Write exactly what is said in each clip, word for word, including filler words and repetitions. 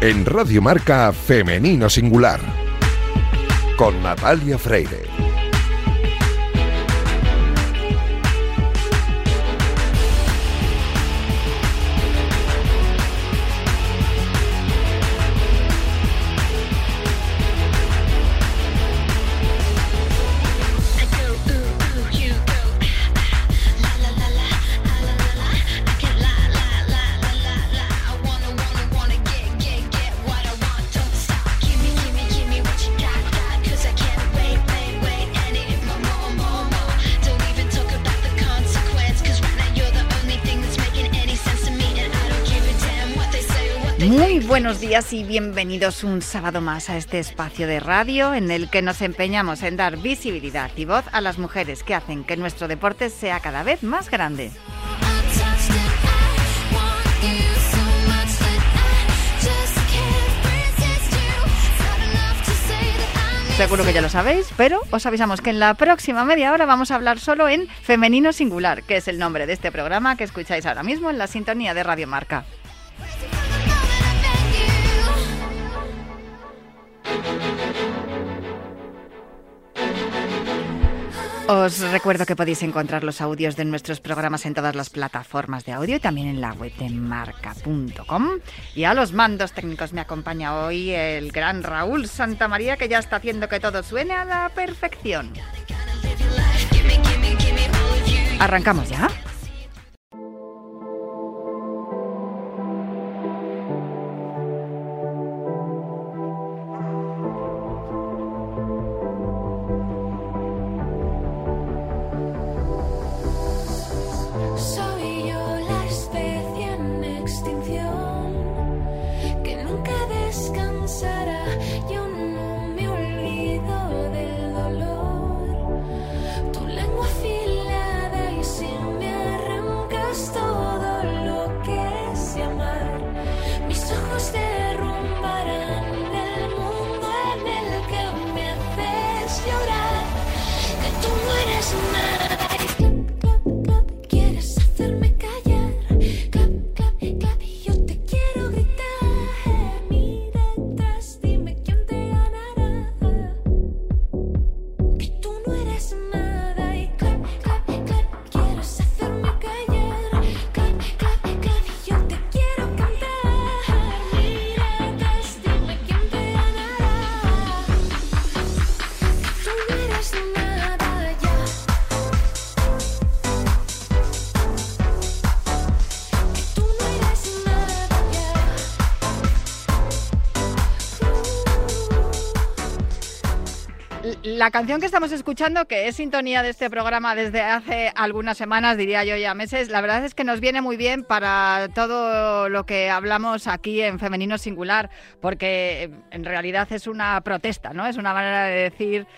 En Radio Marca Femenino Singular, con Natalia Freire. Muy buenos días y bienvenidos un sábado más a este espacio de radio en el que nos empeñamos en dar visibilidad y voz a las mujeres que hacen que nuestro deporte sea cada vez más grande. Seguro que ya lo sabéis, pero os avisamos que en la próxima media hora vamos a hablar solo en Femenino Singular, que es el nombre de este programa que escucháis ahora mismo en la sintonía de Radio Marca. Os recuerdo que podéis encontrar los audios de nuestros programas en todas las plataformas de audio y también en la web de marca punto com. Y a los mandos técnicos me acompaña hoy el gran Raúl Santamaría, que ya está haciendo que todo suene a la perfección. ¿Arrancamos ya? La canción que estamos escuchando, que es sintonía de este programa desde hace algunas semanas, diría yo ya meses, la verdad es que nos viene muy bien para todo lo que hablamos aquí en Femenino Singular, porque en realidad es una protesta, ¿no? Es una manera de decir,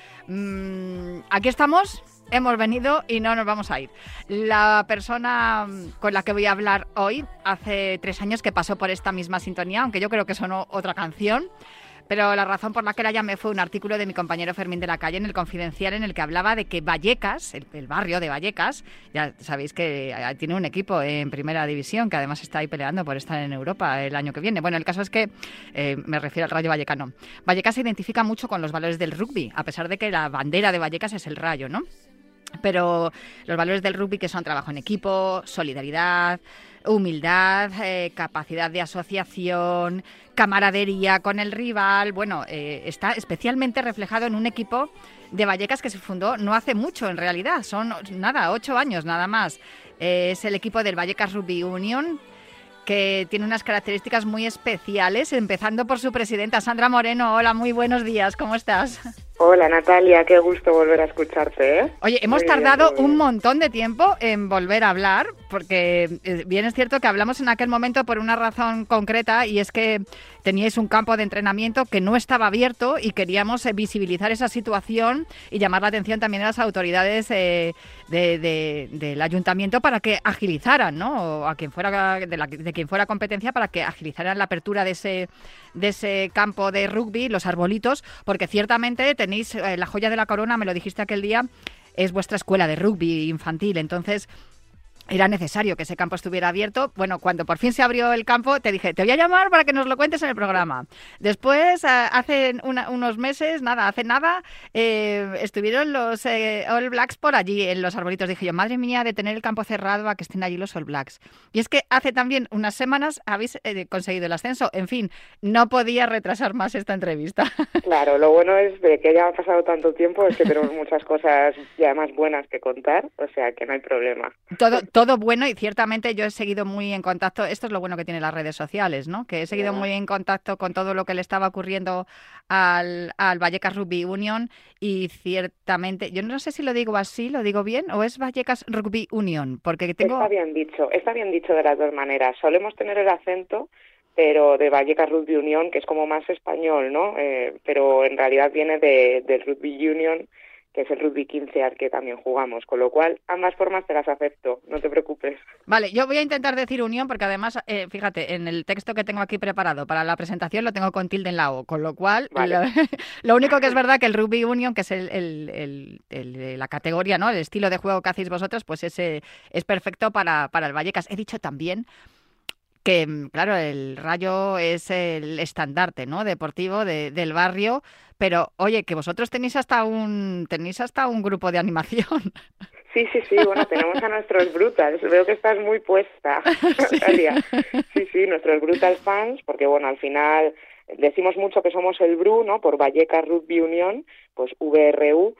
mmm, aquí estamos, hemos venido y no nos vamos a ir. La persona con la que voy a hablar hoy, hace tres años que pasó por esta misma sintonía, aunque yo creo que sonó otra canción. Pero la razón por la que la llamé fue un artículo de mi compañero Fermín de la Calle en El Confidencial, en el que hablaba de que Vallecas, el, el barrio de Vallecas, ya sabéis que tiene un equipo en Primera División, que además está ahí peleando por estar en Europa el año que viene. Bueno, el caso es que, eh, me refiero al Rayo Vallecano, Vallecas se identifica mucho con los valores del rugby, a pesar de que la bandera de Vallecas es el Rayo, ¿no? Pero los valores del rugby, que son trabajo en equipo, solidaridad, humildad, eh, capacidad de asociación, camaradería con el rival, bueno, eh, está especialmente reflejado en un equipo de Vallecas que se fundó no hace mucho en realidad, son nada, ocho años nada más. Eh, es el equipo del Vallecas Rugby Union, que tiene unas características muy especiales, empezando por su presidenta, Sandra Moreno. Hola, muy buenos días, ¿cómo estás? Hola Natalia, qué gusto volver a escucharte, ¿eh? Oye, hemos muy tardado bien, un montón de tiempo en volver a hablar, porque eh, bien es cierto que hablamos en aquel momento por una razón concreta, y es que teníais un campo de entrenamiento que no estaba abierto y queríamos eh, visibilizar esa situación y llamar la atención también a las autoridades eh, de, de, del ayuntamiento para que agilizaran, ¿no? O a quien fuera de, la, de quien fuera competencia, para que agilizaran la apertura de ese de ese campo de rugby, los arbolitos, porque ciertamente tenéis eh, la joya de la corona, me lo dijiste aquel día, es vuestra escuela de rugby infantil. Entonces, era necesario que ese campo estuviera abierto. Bueno, cuando por fin se abrió el campo, te dije, te voy a llamar para que nos lo cuentes en el programa. Después, hace una, unos meses, nada, hace nada, eh, estuvieron los eh, All Blacks por allí, en los arbolitos. Dije yo, madre mía, de tener el campo cerrado a que estén allí los All Blacks. Y es que hace también unas semanas habéis eh, conseguido el ascenso. En fin, no podía retrasar más esta entrevista. Claro, lo bueno es de que ya ha pasado tanto tiempo, es que tenemos muchas cosas y además buenas que contar, o sea que no hay problema. Todo, todo bueno, y ciertamente yo he seguido muy en contacto, esto es lo bueno que tienen las redes sociales, ¿no? Que he seguido muy en contacto con todo lo que le estaba ocurriendo al, al Vallecas Rugby Union, y ciertamente, yo no sé si lo digo así, lo digo bien, o es Vallecas Rugby Union, porque tengo... Está bien dicho, está bien dicho de las dos maneras. Solemos tener el acento, pero de Vallecas Rugby Union, que es como más español, ¿no? Eh, pero en realidad viene de, del Rugby Union, que es el rugby quince al que también jugamos, con lo cual ambas formas te las acepto, no te preocupes. Vale, yo voy a intentar decir unión porque además, eh, fíjate, en el texto que tengo aquí preparado para la presentación lo tengo con tilde en la O, con lo cual, vale. lo, lo único que es verdad que el rugby union, que es el, el, el, el, la categoría, ¿no? El estilo de juego que hacéis vosotros, pues ese es perfecto para, para el Vallecas. He dicho también que, claro, el Rayo es el estandarte, ¿no? Deportivo de, del barrio, pero oye, que vosotros tenéis hasta un tenéis hasta un grupo de animación. Sí, sí, sí, bueno, tenemos a nuestros Brutals, veo que estás muy puesta, Natalia. Sí, sí, nuestros Brutal Fans, porque bueno, al final decimos mucho que somos el B R U, ¿no? Por Vallecas Rugby Union, pues V R U,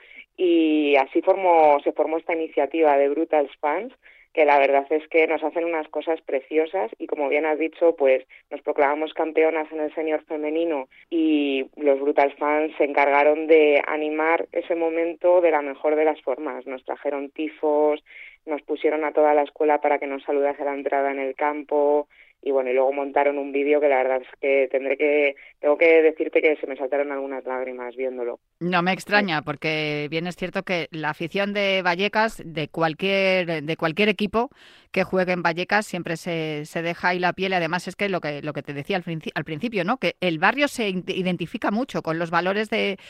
y así formó, se formó esta iniciativa de Brutals Fans, que la verdad es que nos hacen unas cosas preciosas y, como bien has dicho, pues nos proclamamos campeonas en el senior femenino y los Brutal Fans se encargaron de animar ese momento de la mejor de las formas. Nos trajeron tifos, nos pusieron a toda la escuela para que nos saludase a la entrada en el campo y bueno, y luego montaron un vídeo que la verdad es que tendré que, tengo que decirte que se me saltaron algunas lágrimas viéndolo. No me extraña, porque bien es cierto que la afición de Vallecas, de cualquier, de cualquier equipo que juegue en Vallecas, siempre se, se deja ahí la piel. Y además es que lo que lo que te decía al, princi- al principio, ¿no? Que el barrio se identifica mucho con los valores de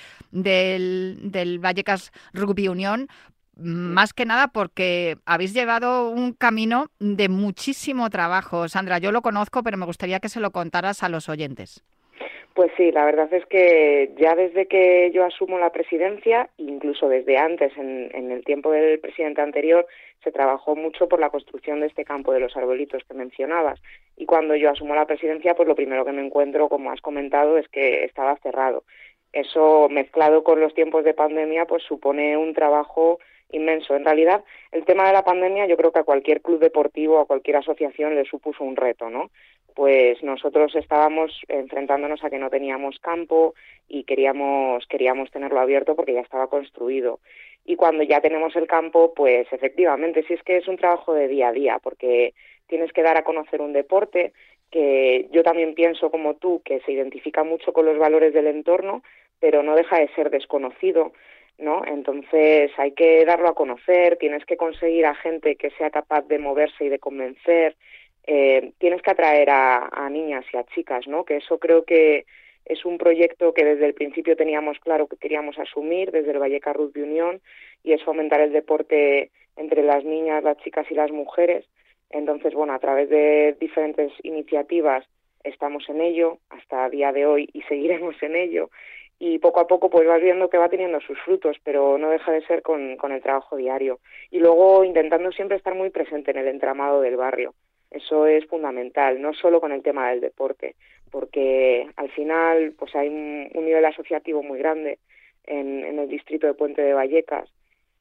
del, del Vallecas Rugby Union. Más que nada porque habéis llevado un camino de muchísimo trabajo. Sandra, yo lo conozco, pero me gustaría que se lo contaras a los oyentes. Pues sí, la verdad es que ya desde que yo asumo la presidencia, incluso desde antes, en, en el tiempo del presidente anterior, se trabajó mucho por la construcción de este campo de los arbolitos que mencionabas. Y cuando yo asumo la presidencia, pues lo primero que me encuentro, como has comentado, es que estaba cerrado. Eso, mezclado con los tiempos de pandemia, pues supone un trabajo inmenso. En realidad, el tema de la pandemia yo creo que a cualquier club deportivo, a cualquier asociación le supuso un reto, ¿no? Pues nosotros estábamos enfrentándonos a que no teníamos campo y queríamos queríamos tenerlo abierto porque ya estaba construido. Y cuando ya tenemos el campo, pues efectivamente, sí es que es un trabajo de día a día, porque tienes que dar a conocer un deporte que yo también pienso como tú, que se identifica mucho con los valores del entorno, pero no deja de ser desconocido, ¿no? Entonces hay que darlo a conocer, tienes que conseguir a gente que sea capaz de moverse y de convencer, eh, tienes que atraer a, a niñas y a chicas, ¿no? Que eso creo que es un proyecto que desde el principio teníamos claro que queríamos asumir desde el Vallecas Rugby Union, y es fomentar el deporte entre las niñas, las chicas y las mujeres. Entonces, bueno, a través de diferentes iniciativas estamos en ello hasta el día de hoy y seguiremos en ello. Y poco a poco pues vas viendo que va teniendo sus frutos, pero no deja de ser con, con el trabajo diario. Y luego intentando siempre estar muy presente en el entramado del barrio. Eso es fundamental, no solo con el tema del deporte, porque al final pues hay un, un nivel asociativo muy grande en, en el distrito de Puente de Vallecas,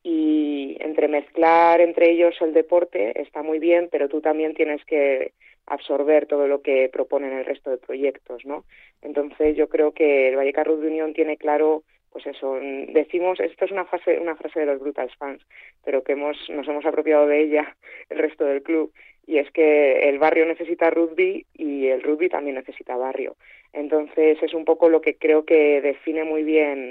y entremezclar entre ellos el deporte está muy bien, pero tú también tienes que absorber todo lo que proponen el resto de proyectos, ¿no? Entonces yo creo que el Vallecas Rugby Union tiene claro, pues eso, decimos, esto es una frase, una frase de los Brutals Fans, pero que hemos, nos hemos apropiado de ella el resto del club, y es que el barrio necesita rugby y el rugby también necesita barrio. Entonces es un poco lo que creo que define muy bien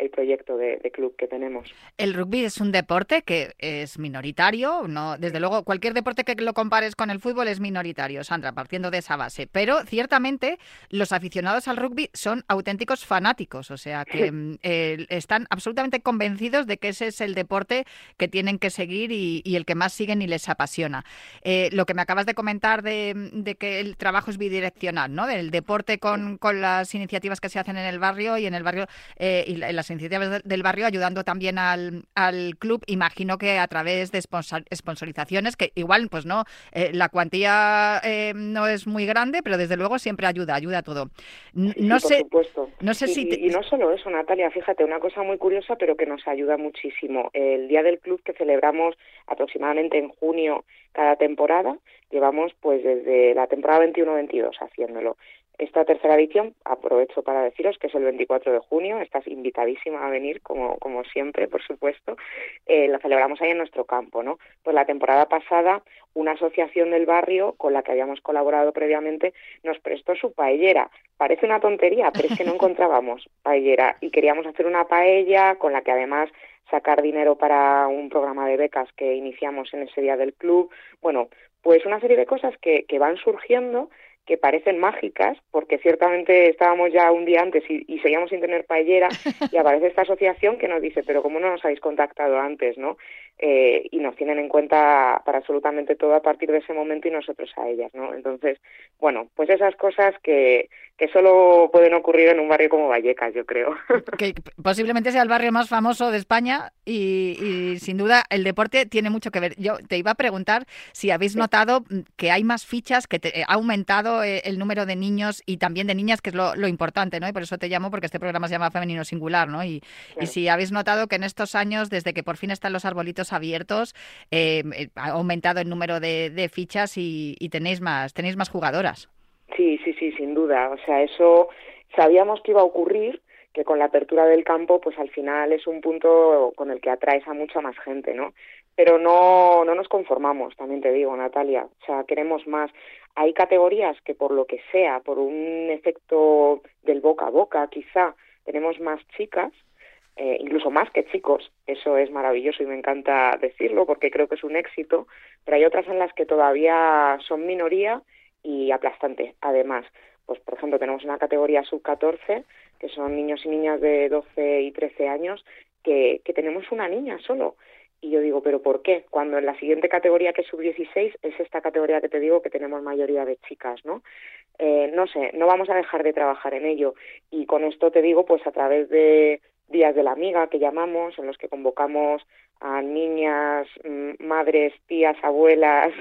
el proyecto de, de club que tenemos. El rugby es un deporte que es minoritario, no, desde luego cualquier deporte que lo compares con el fútbol es minoritario, Sandra, partiendo de esa base, pero ciertamente los aficionados al rugby son auténticos fanáticos, o sea que eh, están absolutamente convencidos de que ese es el deporte que tienen que seguir y, y el que más siguen y les apasiona. Eh, lo que me acabas de comentar de, de que el trabajo es bidireccional, ¿no? Del deporte con, con las iniciativas que se hacen en el barrio y en el barrio eh, y las iniciativas del barrio ayudando también al, al club, imagino que a través de sponsor, sponsorizaciones, que igual pues no, eh, la cuantía eh, no es muy grande, pero desde luego siempre ayuda, ayuda a todo. No sí, sí, sé, por supuesto. No sé y, si te... y no solo eso, Natalia, fíjate, una cosa muy curiosa, pero que nos ayuda muchísimo. El Día del Club que celebramos aproximadamente en junio cada temporada, llevamos pues desde la temporada veintiuno veintidós haciéndolo. Esta tercera edición, aprovecho para deciros que es el veinticuatro de junio, estás invitadísima a venir, como, como siempre, por supuesto, eh, la celebramos ahí en nuestro campo, ¿no? Pues la temporada pasada, una asociación del barrio con la que habíamos colaborado previamente nos prestó su paellera. Parece una tontería, pero es que no encontrábamos paellera y queríamos hacer una paella con la que además sacar dinero para un programa de becas que iniciamos en ese día del club. Bueno, pues una serie de cosas que, que van surgiendo que parecen mágicas, porque ciertamente estábamos ya un día antes y, y seguíamos sin tener paellera, y aparece esta asociación que nos dice, pero ¿cómo no nos habéis contactado antes, no? Eh, y nos tienen en cuenta para absolutamente todo a partir de ese momento y nosotros a ellas, ¿no? Entonces, bueno, pues esas cosas que, que solo pueden ocurrir en un barrio como Vallecas, yo creo. Que posiblemente sea el barrio más famoso de España y, y sin duda el deporte tiene mucho que ver. Yo te iba a preguntar si habéis notado que hay más fichas, que te, ha aumentado el número de niños y también de niñas, que es lo, lo importante, ¿no? Y por eso te llamo, porque este programa se llama Femenino Singular, ¿no? Y, claro. Y si habéis notado que en estos años, desde que por fin están los arbolitos abiertos, eh, ha aumentado el número de, de fichas y, y tenéis más, tenéis más jugadoras. Sí, sí, sí, sin duda. O sea, eso sabíamos que iba a ocurrir, que con la apertura del campo, pues al final es un punto con el que atraes a mucha más gente, ¿no? Pero no, no nos conformamos, también te digo, Natalia. O sea, queremos más. Hay categorías que por lo que sea, por un efecto del boca a boca, quizá, tenemos más chicas, eh, incluso más que chicos. Eso es maravilloso y me encanta decirlo porque creo que es un éxito. Pero hay otras en las que todavía son minoría y aplastante, además. Pues, por ejemplo, tenemos una categoría sub catorce, que son niños y niñas de doce y trece años, que, que tenemos una niña solo. Y yo digo, ¿pero por qué? Cuando en la siguiente categoría, que es sub dieciséis, es esta categoría que te digo que tenemos mayoría de chicas, ¿no? Eh, no sé, no vamos a dejar de trabajar en ello. Y con esto te digo, pues a través de días de la amiga, que llamamos, en los que convocamos a niñas, madres, tías, abuelas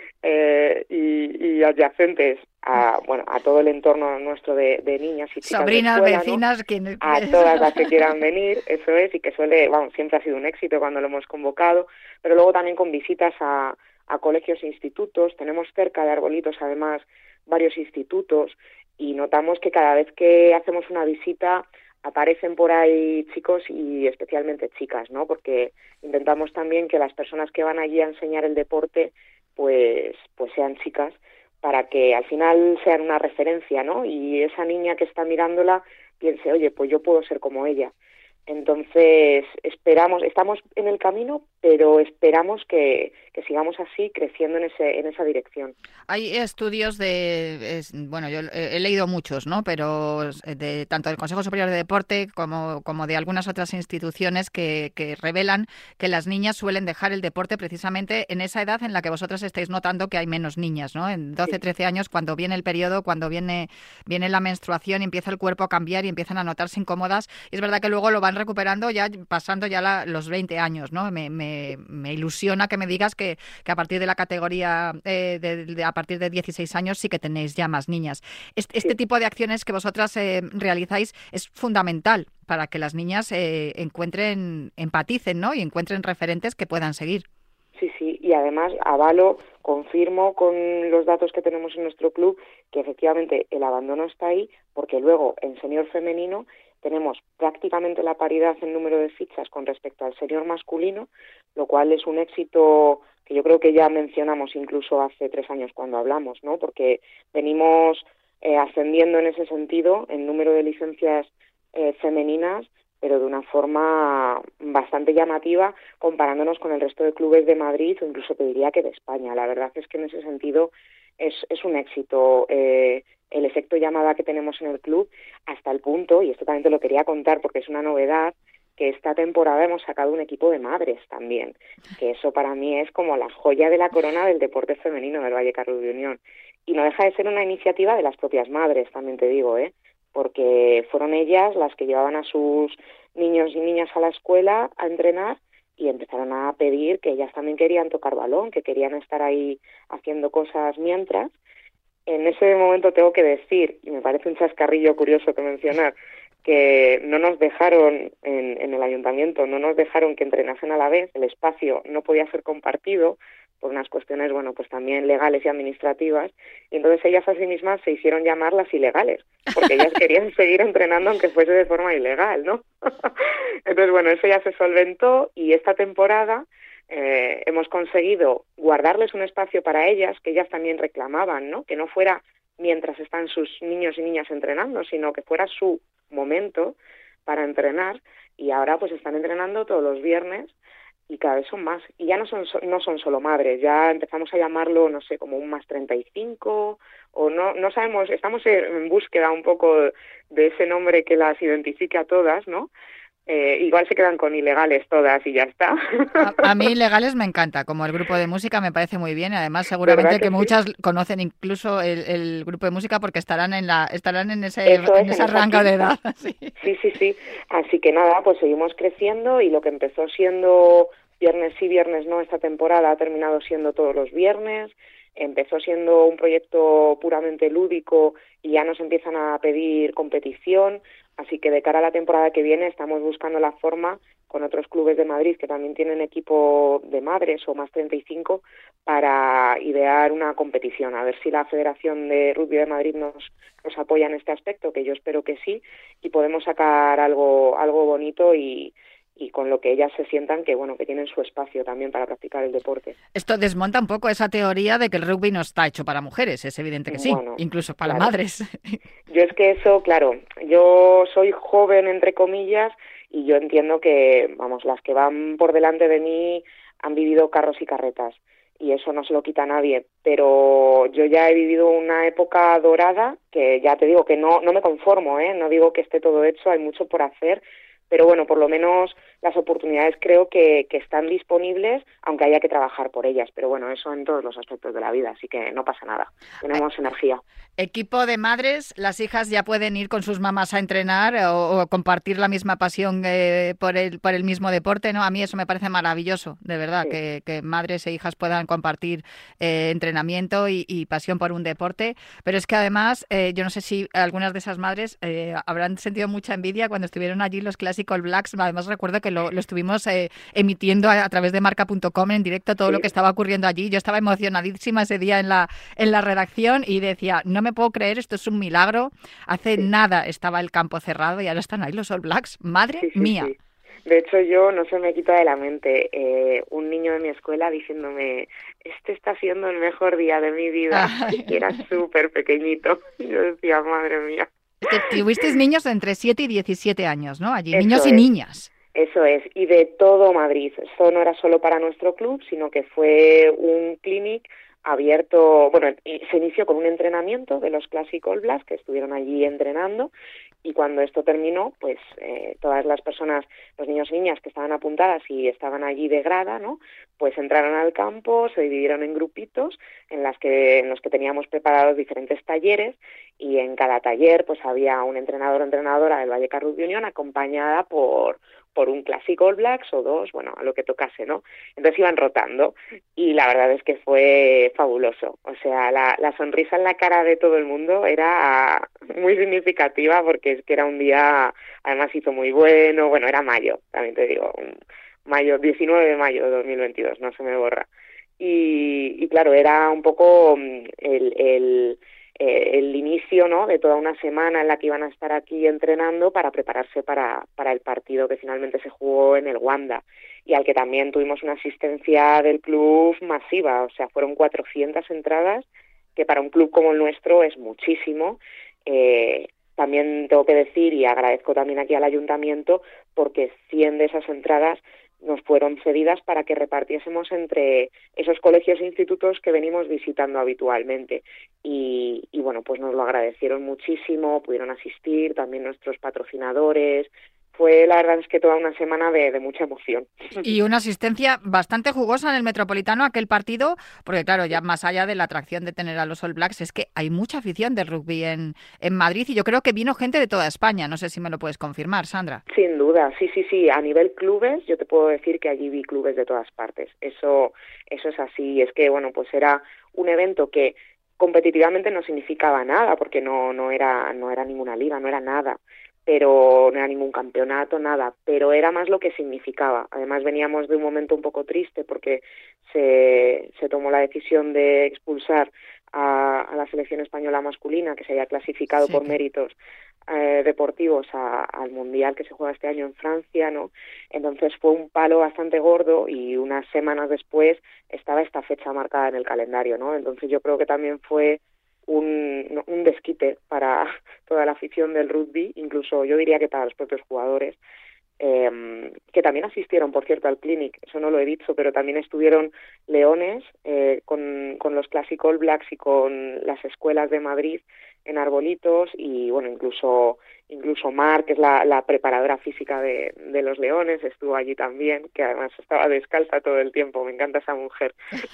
eh, y, y adyacentes a, bueno, a todo el entorno nuestro de, de niñas y chicas sobrinas, de escuela, vecinas, ¿no? quienes... A todas las que quieran venir, eso es, y que suele, bueno, siempre ha sido un éxito cuando lo hemos convocado, pero luego también con visitas a, a colegios e institutos. Tenemos cerca de Arbolitos, además, varios institutos, y notamos que cada vez que hacemos una visita aparecen por ahí chicos y especialmente chicas, ¿no? Porque intentamos también que las personas que van allí a enseñar el deporte, pues, pues sean chicas, para que al final sean una referencia, ¿no? Y esa niña que está mirándola piense, oye, pues yo puedo ser como ella. Entonces, esperamos, estamos en el camino, pero esperamos que, que sigamos así, creciendo en ese en esa dirección. Hay estudios de, es, bueno, yo he, he leído muchos, ¿no? Pero de tanto del Consejo Superior de Deporte como, como de algunas otras instituciones que, que revelan que las niñas suelen dejar el deporte precisamente en esa edad en la que vosotras estáis notando que hay menos niñas, ¿no? En doce, trece años, cuando viene el periodo, cuando viene, viene la menstruación y empieza el cuerpo a cambiar y empiezan a notarse incómodas. Y es verdad que luego lo van recuperando ya pasando ya la, los veinte años, ¿no? Me, me, me ilusiona que me digas que, que a partir de la categoría, eh, de, de, a partir de dieciséis años sí que tenéis ya más niñas. Este, este sí. tipo de acciones que vosotras eh, realizáis es fundamental para que las niñas eh, encuentren, empaticen, ¿no? Y encuentren referentes que puedan seguir. Sí, sí, y además avalo, confirmo con los datos que tenemos en nuestro club que efectivamente el abandono está ahí, porque luego en senior femenino tenemos prácticamente la paridad en número de fichas con respecto al senior masculino, lo cual es un éxito que yo creo que ya mencionamos incluso hace tres años cuando hablamos, ¿no? Porque venimos eh, ascendiendo en ese sentido en número de licencias eh, femeninas pero de una forma bastante llamativa comparándonos con el resto de clubes de Madrid o incluso te diría que de España. La verdad es que en ese sentido es, es un éxito eh, el efecto llamada que tenemos en el club, hasta el punto, y esto también te lo quería contar porque es una novedad, que esta temporada hemos sacado un equipo de madres también, que eso para mí es como la joya de la corona del deporte femenino del Vallecarrus de Unión. Y no deja de ser una iniciativa de las propias madres, también te digo, ¿eh? Porque fueron ellas las que llevaban a sus niños y niñas a la escuela a entrenar y empezaron a pedir que ellas también querían tocar balón, que querían estar ahí haciendo cosas mientras. En ese momento tengo que decir, y me parece un chascarrillo curioso que mencionar, que no nos dejaron en, en el ayuntamiento, no nos dejaron que entrenasen a la vez, el espacio no podía ser compartido por unas cuestiones, bueno, pues también legales y administrativas, y entonces ellas a sí mismas se hicieron llamar las ilegales, porque ellas querían seguir entrenando aunque fuese de forma ilegal, ¿no? Entonces, bueno, eso ya se solventó y esta temporada eh, hemos conseguido guardarles un espacio para ellas, que ellas también reclamaban, ¿no? Que no fuera mientras están sus niños y niñas entrenando, sino que fuera su momento para entrenar, y ahora pues están entrenando todos los viernes y cada vez son más, y ya no son no son solo madres, ya empezamos a llamarlo, no sé, como un más treinta y cinco, o no no sabemos, estamos en búsqueda un poco de ese nombre que las identifique a todas, ¿no? Eh, igual se quedan con ilegales todas y ya está. A, a mí ilegales me encanta, como el grupo de música me parece muy bien, y además seguramente que, que muchas sí? conocen incluso el, el grupo de música porque estarán en la estarán en ese Eso en es, ese en rango de edad. Sí. sí, sí, sí. Así que nada, pues seguimos creciendo y lo que empezó siendo viernes sí, viernes no, esta temporada ha terminado siendo todos los viernes. Empezó siendo un proyecto puramente lúdico y ya nos empiezan a pedir competición, así que de cara a la temporada que viene estamos buscando la forma con otros clubes de Madrid que también tienen equipo de madres o más treinta y cinco para idear una competición, a ver si la Federación de Rugby de Madrid nos, nos apoya en este aspecto, que yo espero que sí, y podemos sacar algo, algo bonito y y con lo que ellas se sientan que bueno que tienen su espacio también para practicar el deporte. Esto desmonta un poco esa teoría de que el rugby no está hecho para mujeres, es evidente que sí, bueno, incluso para claro. madres. Yo es que eso, claro, yo soy joven entre comillas y yo entiendo que, vamos, las que van por delante de mí han vivido carros y carretas y eso no se lo quita a nadie, pero yo ya he vivido una época dorada que ya te digo que no, no me conformo, ¿eh? No digo que esté todo hecho, hay mucho por hacer, pero bueno, por lo menos las oportunidades creo que, que están disponibles, aunque haya que trabajar por ellas. Pero bueno, eso en todos los aspectos de la vida, así que no pasa nada. Tenemos eh, energía. Equipo de madres, las hijas ya pueden ir con sus mamás a entrenar o, o compartir la misma pasión eh, por el por el mismo deporte, ¿no? A mí eso me parece maravilloso, de verdad, sí. que, que madres e hijas puedan compartir eh, entrenamiento y, y pasión por un deporte. Pero es que además, eh, yo no sé si algunas de esas madres eh, habrán sentido mucha envidia cuando estuvieron allí los Classic All Blacks. Además recuerdo que lo, lo estuvimos eh, emitiendo a, a través de marca punto com en directo todo sí. lo que estaba ocurriendo allí. Yo estaba emocionadísima ese día en la en la redacción y decía, no me puedo creer, esto es un milagro. Hace sí. nada estaba el campo cerrado y ahora están ahí los All Blacks. Madre sí, sí, mía. Sí. De hecho, yo no se me quita de la mente eh, un niño de mi escuela diciéndome, este está siendo el mejor día de mi vida. Y era súper pequeñito. Y yo decía, madre mía. Tuvisteis niños de entre siete y diecisiete años, ¿no? Allí, Eso niños es. y niñas. Eso es, y de todo Madrid. Esto no era solo para nuestro club, sino que fue un clinic abierto, bueno, se inició con un entrenamiento de los Classic All Blacks que estuvieron allí entrenando y cuando esto terminó, pues eh, todas las personas, los niños y niñas que estaban apuntadas y estaban allí de grada, ¿no? Pues entraron al campo, se dividieron en grupitos en las que en los que teníamos preparados diferentes talleres y en cada taller pues había un entrenador o entrenadora del Vallecarrus de Unión acompañada por por un Classic All Blacks o dos, bueno, a lo que tocase, ¿no? Entonces iban rotando y la verdad es que fue fabuloso. O sea, la, la sonrisa en la cara de todo el mundo era muy significativa porque es que era un día, además hizo muy bueno, bueno, era mayo, también te digo, mayo, diecinueve de mayo de dos mil veintidós, no se me borra. Y, y claro, era un poco el... el el inicio, ¿no?, de toda una semana en la que iban a estar aquí entrenando para prepararse para, para el partido que finalmente se jugó en el Wanda y al que también tuvimos una asistencia del club masiva, o sea, fueron cuatrocientas entradas, que para un club como el nuestro es muchísimo, eh, también tengo que decir, y agradezco también aquí al ayuntamiento, porque cien de esas entradas nos fueron cedidas para que repartiésemos entre esos colegios e institutos que venimos visitando habitualmente. Y, y bueno, pues nos lo agradecieron muchísimo, pudieron asistir también nuestros patrocinadores. Fue, la verdad es que toda una semana de, de mucha emoción. Y una asistencia bastante jugosa en el Metropolitano, aquel partido, porque claro, ya más allá de la atracción de tener a los All Blacks, es que hay mucha afición de rugby en, en Madrid y yo creo que vino gente de toda España. No sé si me lo puedes confirmar, Sandra. Sin duda, sí, sí, sí. A nivel clubes, yo te puedo decir que allí vi clubes de todas partes. Eso, eso es así. Es que, bueno, pues era un evento que competitivamente no significaba nada, porque no, no era, no era ninguna liga, no era nada. Pero no era ningún campeonato, nada, pero era más lo que significaba. Además veníamos de un momento un poco triste porque se, se tomó la decisión de expulsar a, a la selección española masculina, que se había clasificado sí, por que... méritos eh, deportivos a, al Mundial que se juega este año en Francia, ¿no? Entonces fue un palo bastante gordo y unas semanas después estaba esta fecha marcada en el calendario, ¿no? Entonces yo creo que también fue Un, un desquite para toda la afición del rugby, incluso yo diría que para los propios jugadores, eh, que también asistieron, por cierto, al Clinic, eso no lo he dicho, pero también estuvieron leones eh, con, con los Classic All Blacks y con las escuelas de Madrid en Arbolitos, y bueno, incluso incluso Mar, que es la, la preparadora física de, de los leones, estuvo allí también, que además estaba descalza todo el tiempo, me encanta esa mujer,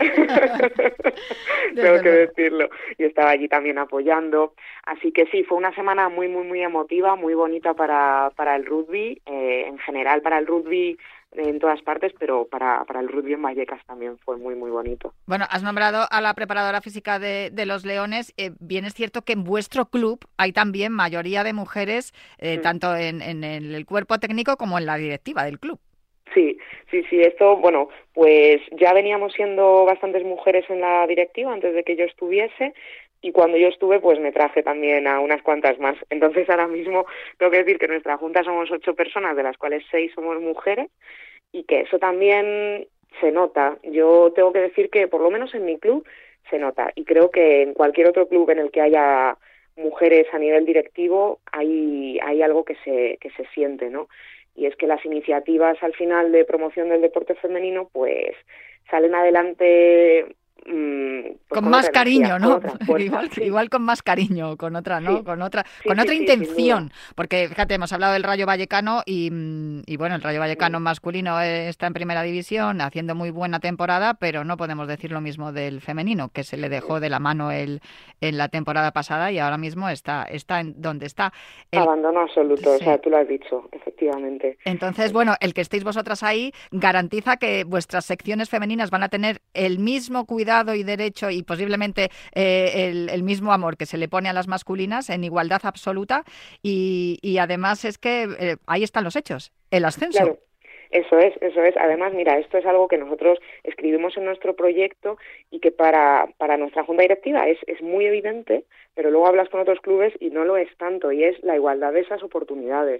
tengo que decirlo, y estaba allí también apoyando, así que sí, fue una semana muy, muy, muy emotiva, muy bonita para, para el rugby, eh, en general para el rugby en todas partes, pero para, para el rugby en Vallecas también fue muy, muy bonito. Bueno, has nombrado a la preparadora física de, de los Leones. Eh, bien es cierto que en vuestro club hay también mayoría de mujeres, eh, mm. tanto en, en el cuerpo técnico como en la directiva del club. Sí, sí, sí, esto, bueno, pues ya veníamos siendo bastantes mujeres en la directiva antes de que yo estuviese, y cuando yo estuve, pues me traje también a unas cuantas más. Entonces, ahora mismo tengo que decir que en nuestra junta somos ocho personas, de las cuales seis somos mujeres, y que eso también se nota. Yo tengo que decir que, por lo menos en mi club, se nota. Y creo que en cualquier otro club en el que haya mujeres a nivel directivo, hay, hay algo que se, que se siente, ¿no? Y es que las iniciativas, al final, de promoción del deporte femenino, pues salen adelante... Pues con, con más cariño, ¿no? igual, sí. igual con más cariño, con otra, ¿no? Sí. Con otra, sí, con sí, otra sí, intención, porque fíjate, hemos hablado del Rayo Vallecano y, y bueno, el Rayo Vallecano sí. masculino está en primera división, haciendo muy buena temporada, pero no podemos decir lo mismo del femenino, que se le dejó de la mano el, en la temporada pasada y ahora mismo está, está en donde está. El... Abandono absoluto, sí. o sea, tú lo has dicho, efectivamente. Entonces, bueno, el que estéis vosotras ahí garantiza que vuestras secciones femeninas van a tener el mismo cuidado y derecho y posiblemente eh, el, el mismo amor que se le pone a las masculinas en igualdad absoluta y, y además es que eh, ahí están los hechos, el ascenso. Claro. Eso es, eso es. Además, mira, esto es algo que nosotros escribimos en nuestro proyecto y que para, para nuestra junta directiva es, es muy evidente, pero luego hablas con otros clubes y no lo es tanto, y es la igualdad de esas oportunidades.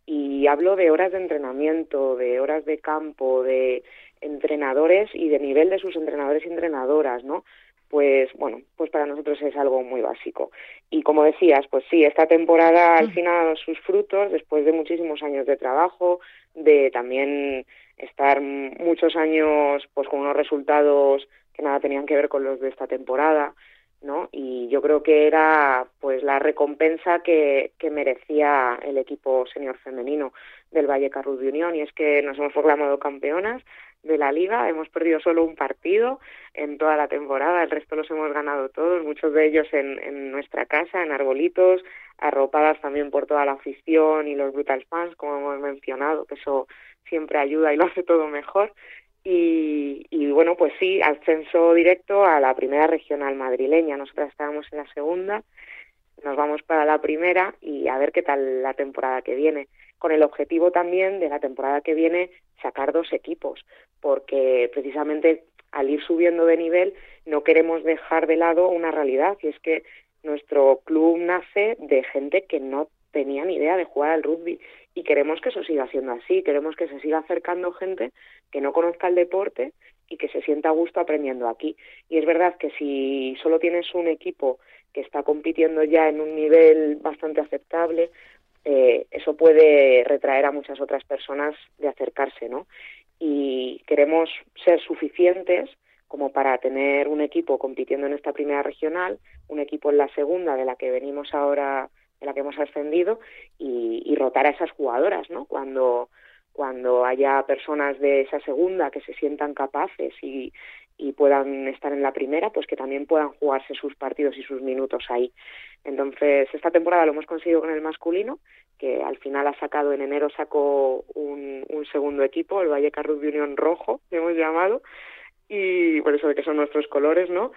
Y hablo de horas de entrenamiento, de horas de campo, de entrenadores y de nivel de sus entrenadores y entrenadoras, ¿no? Pues bueno, pues para nosotros es algo muy básico. Y como decías, pues sí, esta temporada al final ha dado sus frutos después de muchísimos años de trabajo, de también estar muchos años pues con unos resultados que nada tenían que ver con los de esta temporada, ¿no? Y yo creo que era pues la recompensa que, que merecía el equipo senior femenino del Vallecas Rugby Unión, y es que nos hemos proclamado campeonas de la liga, hemos perdido solo un partido en toda la temporada, el resto los hemos ganado todos, muchos de ellos en, en nuestra casa, en Arbolitos, arropadas también por toda la afición y los Brutal Fans, como hemos mencionado, que eso siempre ayuda y lo hace todo mejor. Y, y bueno, pues sí, ascenso directo a la primera regional madrileña. Nosotras estábamos en la segunda, nos vamos para la primera y a ver qué tal la temporada que viene, con el objetivo también de la temporada que viene sacar dos equipos, porque precisamente al ir subiendo de nivel no queremos dejar de lado una realidad, y es que nuestro club nace de gente que no tenía ni idea de jugar al rugby, y queremos que eso siga siendo así, queremos que se siga acercando gente que no conozca el deporte y que se sienta a gusto aprendiendo aquí. Y es verdad que si solo tienes un equipo que está compitiendo ya en un nivel bastante aceptable, eh, eso puede retraer a muchas otras personas de acercarse, ¿no? Y queremos ser suficientes como para tener un equipo compitiendo en esta primera regional, un equipo en la segunda, de la que venimos ahora, de la que hemos ascendido, y, y rotar a esas jugadoras, ¿no? Cuando, cuando haya personas de esa segunda que se sientan capaces y, y puedan estar en la primera, pues que también puedan jugarse sus partidos y sus minutos ahí. Entonces, esta temporada lo hemos conseguido con el masculino, que al final ha sacado, en enero sacó un, un segundo equipo, el Vallecas Rugby Unión Rojo, que hemos llamado, y por eso de que son nuestros colores, ¿no?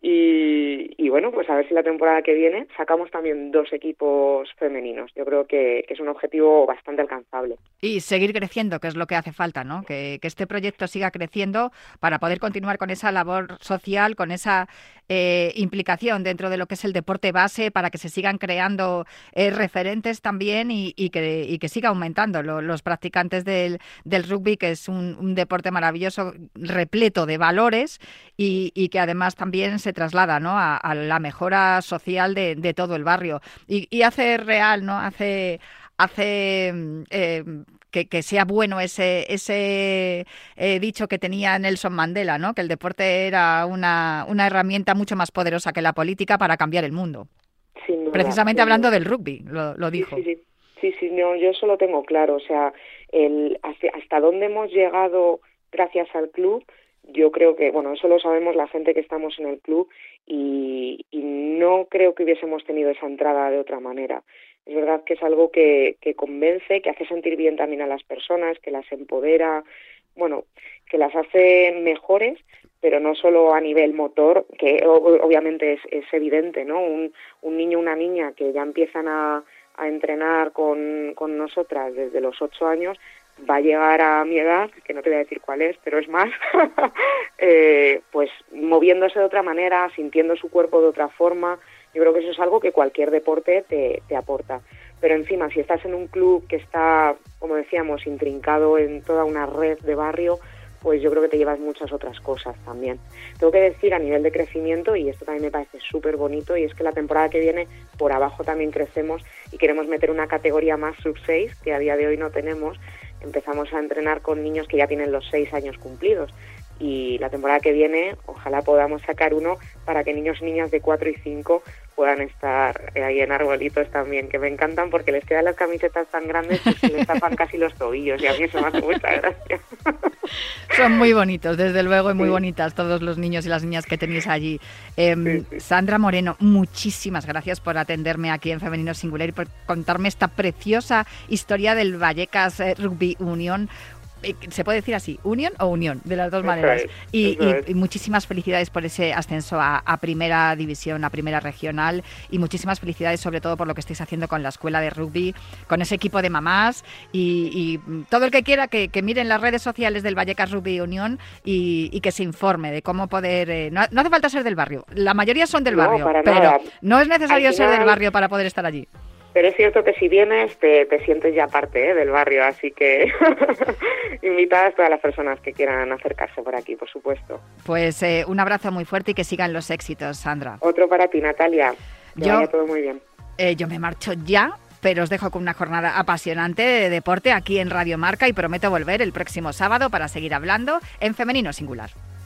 Y, y bueno, pues a ver si la temporada que viene sacamos también dos equipos femeninos. Yo creo que, que es un objetivo bastante alcanzable. Y seguir creciendo, que es lo que hace falta, ¿no? Que, que este proyecto siga creciendo para poder continuar con esa labor social, con esa eh, implicación dentro de lo que es el deporte base, para que se sigan creando eh, referentes también y, y, que, y que siga aumentando lo, los practicantes del, del rugby, que es un, un deporte maravilloso, repleto de valores y, y que además también se traslada, ¿no? a, a la mejora social de, de todo el barrio y, y hace real, ¿no? Hace hace eh, que, que sea bueno ese ese eh, dicho que tenía Nelson Mandela, ¿no? Que el deporte era una, una herramienta mucho más poderosa que la política para cambiar el mundo. Sin duda, Precisamente sin hablando duda. del rugby, lo, lo dijo. Sí, sí, sí. Sí, sí, no, yo eso lo tengo claro. O sea, el, hasta, hasta dónde hemos llegado gracias al club, yo creo que, bueno, eso lo sabemos la gente que estamos en el club y, y no creo que hubiésemos tenido esa entrada de otra manera. Es verdad que es algo que, que convence, que hace sentir bien también a las personas, que las empodera, bueno, que las hace mejores, pero no solo a nivel motor, que obviamente es, es evidente, ¿no? Un, un niño o una niña que ya empiezan a, a entrenar con, con nosotras desde los ocho años, va a llegar a mi edad, que no te voy a decir cuál es, pero es más, eh, pues moviéndose de otra manera, sintiendo su cuerpo de otra forma. Yo creo que eso es algo que cualquier deporte te, te aporta. Pero encima, si estás en un club que está, como decíamos, intrincado en toda una red de barrio, pues yo creo que te llevas muchas otras cosas también. Tengo que decir a nivel de crecimiento, y esto también me parece súper bonito, y es que la temporada que viene por abajo también crecemos y queremos meter una categoría más sub seis, que a día de hoy no tenemos. Empezamos a entrenar con niños que ya tienen los seis años cumplidos y la temporada que viene ojalá podamos sacar uno para que niños y niñas de cuatro y cinco puedan estar ahí en arbolitos también, que me encantan porque les quedan las camisetas tan grandes que se les tapan casi los tobillos y a mí eso me hace mucha gracia. Son muy bonitos, desde luego, y muy sí. bonitas todos los niños y las niñas que tenéis allí. Eh, sí, sí. Sandra Moreno, muchísimas gracias por atenderme aquí en Femenino Singular y por contarme esta preciosa historia del Vallecas Rugby Unión. ¿Se puede decir así? ¿Unión o Unión? De las dos Eso maneras. es, y, eso y, es. y muchísimas felicidades por ese ascenso a, a Primera División, a Primera Regional, y muchísimas felicidades sobre todo por lo que estáis haciendo con la escuela de rugby, con ese equipo de mamás y, y todo el que quiera que, que miren las redes sociales del Vallecas Rugby Unión y, y que se informe de cómo poder... Eh, no, no hace falta ser del barrio, la mayoría son del No, barrio, para pero nada. no es necesario Al ser final- del barrio para poder estar allí. Pero es cierto que si vienes te, te sientes ya parte, ¿eh?, del barrio, así que invitadas todas las personas que quieran acercarse por aquí, por supuesto. Pues eh, un abrazo muy fuerte y que sigan los éxitos, Sandra. Otro para ti, Natalia. Que Yo- vaya todo muy bien. Eh, yo me marcho ya, pero os dejo con una jornada apasionante de deporte aquí en Radio Marca y prometo volver el próximo sábado para seguir hablando en Femenino Singular.